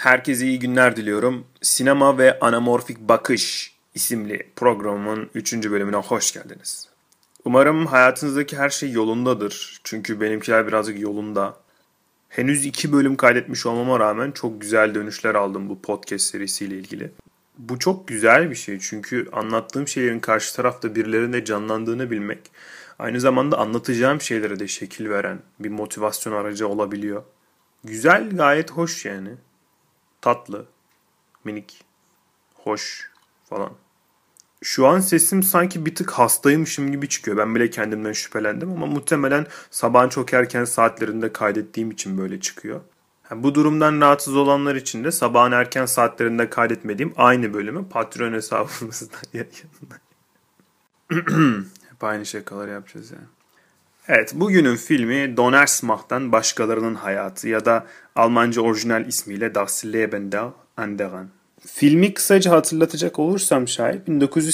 Herkese iyi günler diliyorum. Sinema ve Anamorfik Bakış isimli programımın 3. bölümüne hoş geldiniz. Umarım hayatınızdaki her şey yolundadır. Çünkü benimkiler birazcık yolunda. Henüz 2 bölüm kaydetmiş olmama rağmen çok güzel dönüşler aldım bu podcast serisiyle ilgili. Bu çok güzel bir şey çünkü anlattığım şeylerin karşı tarafta birilerinde canlandığını bilmek, aynı zamanda anlatacağım şeylere de şekil veren bir motivasyon aracı olabiliyor. Güzel, gayet hoş yani. Tatlı, minik, hoş falan. Şu an sesim sanki bir tık hastaymışım gibi çıkıyor. Ben bile kendimden şüphelendim ama muhtemelen sabahın çok erken saatlerinde kaydettiğim için böyle çıkıyor. Bu durumdan rahatsız olanlar için de sabahın erken saatlerinde kaydetmediğim aynı bölümü Patreon hesabımızdan yayınlayın. Hep aynı şakaları yapacağız yani. Evet, bugünün filmi Donnersmach'tan Başkalarının Hayatı ya da Almanca orijinal ismiyle Das Leben der Anderen. Filmi kısaca hatırlatacak olursam şayet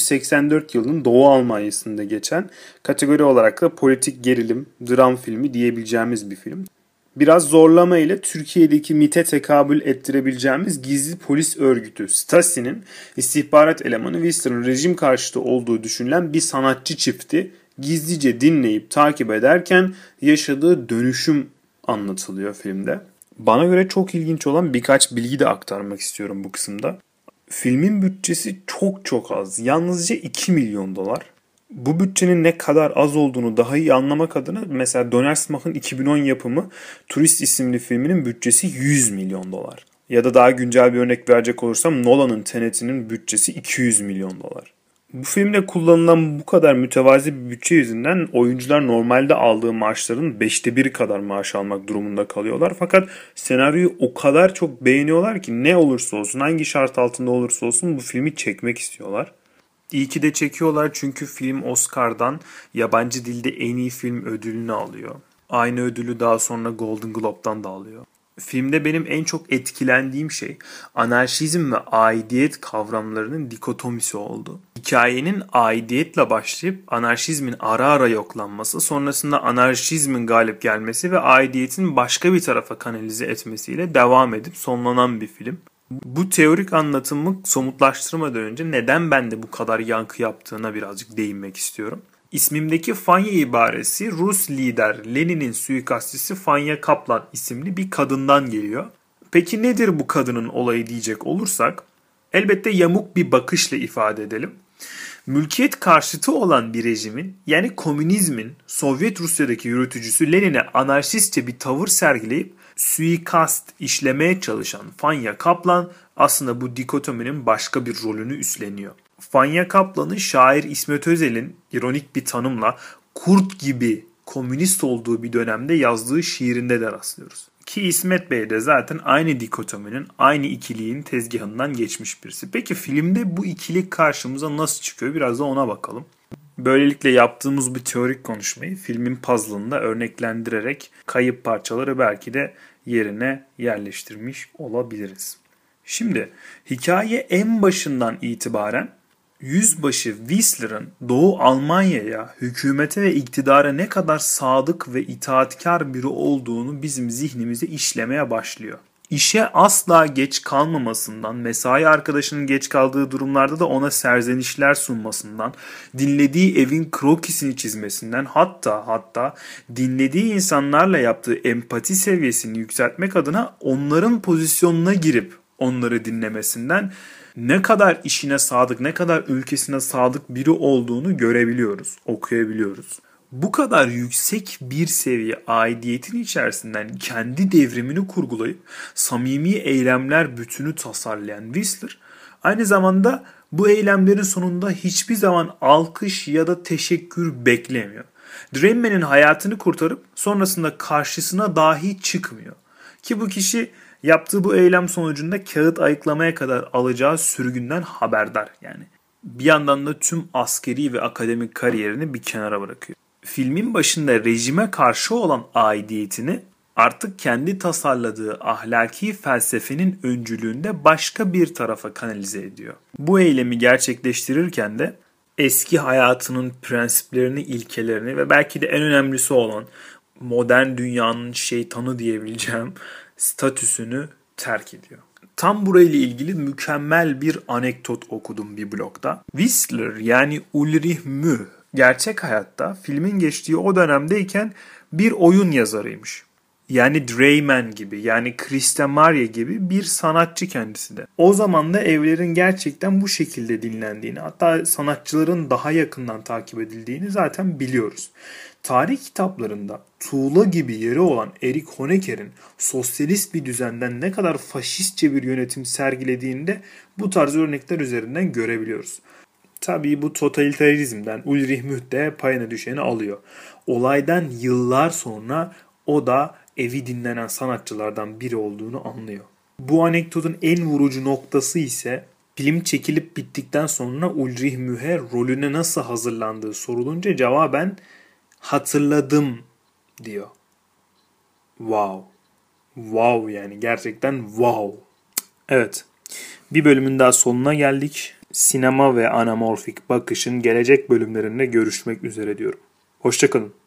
1984 yılının Doğu Almanya'sında geçen kategori olarak da politik gerilim, dram filmi diyebileceğimiz bir film. Biraz zorlama ile Türkiye'deki MİT'e tekabül ettirebileceğimiz gizli polis örgütü Stasi'nin istihbarat elemanı Whistler'ın rejim karşıtı olduğu düşünülen bir sanatçı çifti gizlice dinleyip takip ederken yaşadığı dönüşüm anlatılıyor filmde. Bana göre çok ilginç olan birkaç bilgi de aktarmak istiyorum bu kısımda. Filmin bütçesi çok az. Yalnızca 2 milyon dolar. Bu bütçenin ne kadar az olduğunu daha iyi anlamak adına mesela Donnersmach'ın 2010 yapımı Turist isimli filminin bütçesi 100 milyon dolar. Ya da daha güncel bir örnek verecek olursam Nolan'ın Tenet'inin bütçesi 200 milyon dolar. Bu filmde kullanılan bu kadar mütevazi bir bütçe yüzünden oyuncular normalde aldığı maaşların 1/5 kadar maaş almak durumunda kalıyorlar. Fakat senaryoyu o kadar çok beğeniyorlar ki ne olursa olsun, hangi şart altında olursa olsun bu filmi çekmek istiyorlar. İyi ki de çekiyorlar çünkü film Oscar'dan yabancı dilde en iyi film ödülünü alıyor. Aynı ödülü daha sonra Golden Globe'dan da alıyor. Filmde benim en çok etkilendiğim şey anarşizm ve aidiyet kavramlarının dikotomisi oldu. Hikayenin aidiyetle başlayıp anarşizmin ara ara yoklanması, sonrasında anarşizmin galip gelmesi ve aidiyetin başka bir tarafa kanalize etmesiyle devam edip sonlanan bir film. Bu teorik anlatımı somutlaştırmadan önce neden bende bu kadar yankı yaptığına birazcık değinmek istiyorum. İsmimdeki Fanya ibaresi Rus lider Lenin'in suikastçısı Fanya Kaplan isimli bir kadından geliyor. Peki nedir bu kadının olayı diyecek olursak, elbette yamuk bir bakışla ifade edelim. Mülkiyet karşıtı olan bir rejimin, yani komünizmin Sovyet Rusya'daki yürütücüsü Lenin'e anarşistçe bir tavır sergileyip suikast işlemeye çalışan Fanya Kaplan aslında bu dikotominin başka bir rolünü üstleniyor. Fanya Kaplan'ın şair İsmet Özel'in ironik bir tanımla kurt gibi komünist olduğu bir dönemde yazdığı şiirinde de rastlıyoruz. Ki İsmet Bey de zaten aynı dikotominin, aynı ikiliğin tezgahından geçmiş birisi. Peki filmde bu ikilik karşımıza nasıl çıkıyor? Biraz da ona bakalım. Böylelikle yaptığımız bu teorik konuşmayı filmin puzzle'ında örneklendirerek kayıp parçaları belki de yerine yerleştirmiş olabiliriz. Şimdi hikaye en başından itibaren yüzbaşı Whistler'ın Doğu Almanya'ya, hükümete ve iktidara ne kadar sadık ve itaatkar biri olduğunu bizim zihnimize işlemeye başlıyor. İşe asla geç kalmamasından, mesai arkadaşının geç kaldığı durumlarda da ona serzenişler sunmasından, dinlediği evin krokisini çizmesinden, hatta dinlediği insanlarla yaptığı empati seviyesini yükseltmek adına onların pozisyonuna girip onları dinlemesinden ne kadar işine sadık, ne kadar ülkesine sadık biri olduğunu görebiliyoruz, okuyabiliyoruz. Bu kadar yüksek bir seviye aidiyetin içerisinden kendi devrimini kurgulayıp samimi eylemler bütünü tasarlayan Whistler, aynı zamanda bu eylemlerin sonunda hiçbir zaman alkış ya da teşekkür beklemiyor. Dreamman'in hayatını kurtarıp sonrasında karşısına dahi çıkmıyor. Ki bu kişi yaptığı bu eylem sonucunda kağıt ayıklamaya kadar alacağı sürgünden haberdar yani. Bir yandan da tüm askeri ve akademik kariyerini bir kenara bırakıyor. Filmin başında rejime karşı olan aidiyetini artık kendi tasarladığı ahlaki felsefenin öncülüğünde başka bir tarafa kanalize ediyor. Bu eylemi gerçekleştirirken de eski hayatının prensiplerini, ilkelerini ve belki de en önemlisi olan modern dünyanın şeytanı diyebileceğim statüsünü terk ediyor. Tam burayla ilgili mükemmel bir anekdot okudum bir blogda. Whistler yani Ulrich Müh gerçek hayatta filmin geçtiği o dönemdeyken bir oyun yazarıymış. Yani Dreyman gibi yani Krista Maria gibi bir sanatçı kendisi de. O zaman da evlerin gerçekten bu şekilde dinlendiğini, hatta sanatçıların daha yakından takip edildiğini zaten biliyoruz. Tarih kitaplarında tuğla gibi yeri olan Erich Honecker'in sosyalist bir düzenden ne kadar faşistçe bir yönetim sergilediğini de bu tarz örnekler üzerinden görebiliyoruz. Tabii bu totalitarizmden Ulrich Müth de payına düşeni alıyor. Olaydan yıllar sonra o da evi dinlenen sanatçılardan biri olduğunu anlıyor. Bu anekdotun en vurucu noktası ise film çekilip bittikten sonra Ulrich Müh'e rolüne nasıl hazırlandığı sorulunca cevaben hatırladım diyor. Wow. Wow yani gerçekten wow. Evet. Bir bölümün daha sonuna geldik. Sinema ve anamorfik bakışın gelecek bölümlerinde görüşmek üzere diyorum. Hoşça kalın.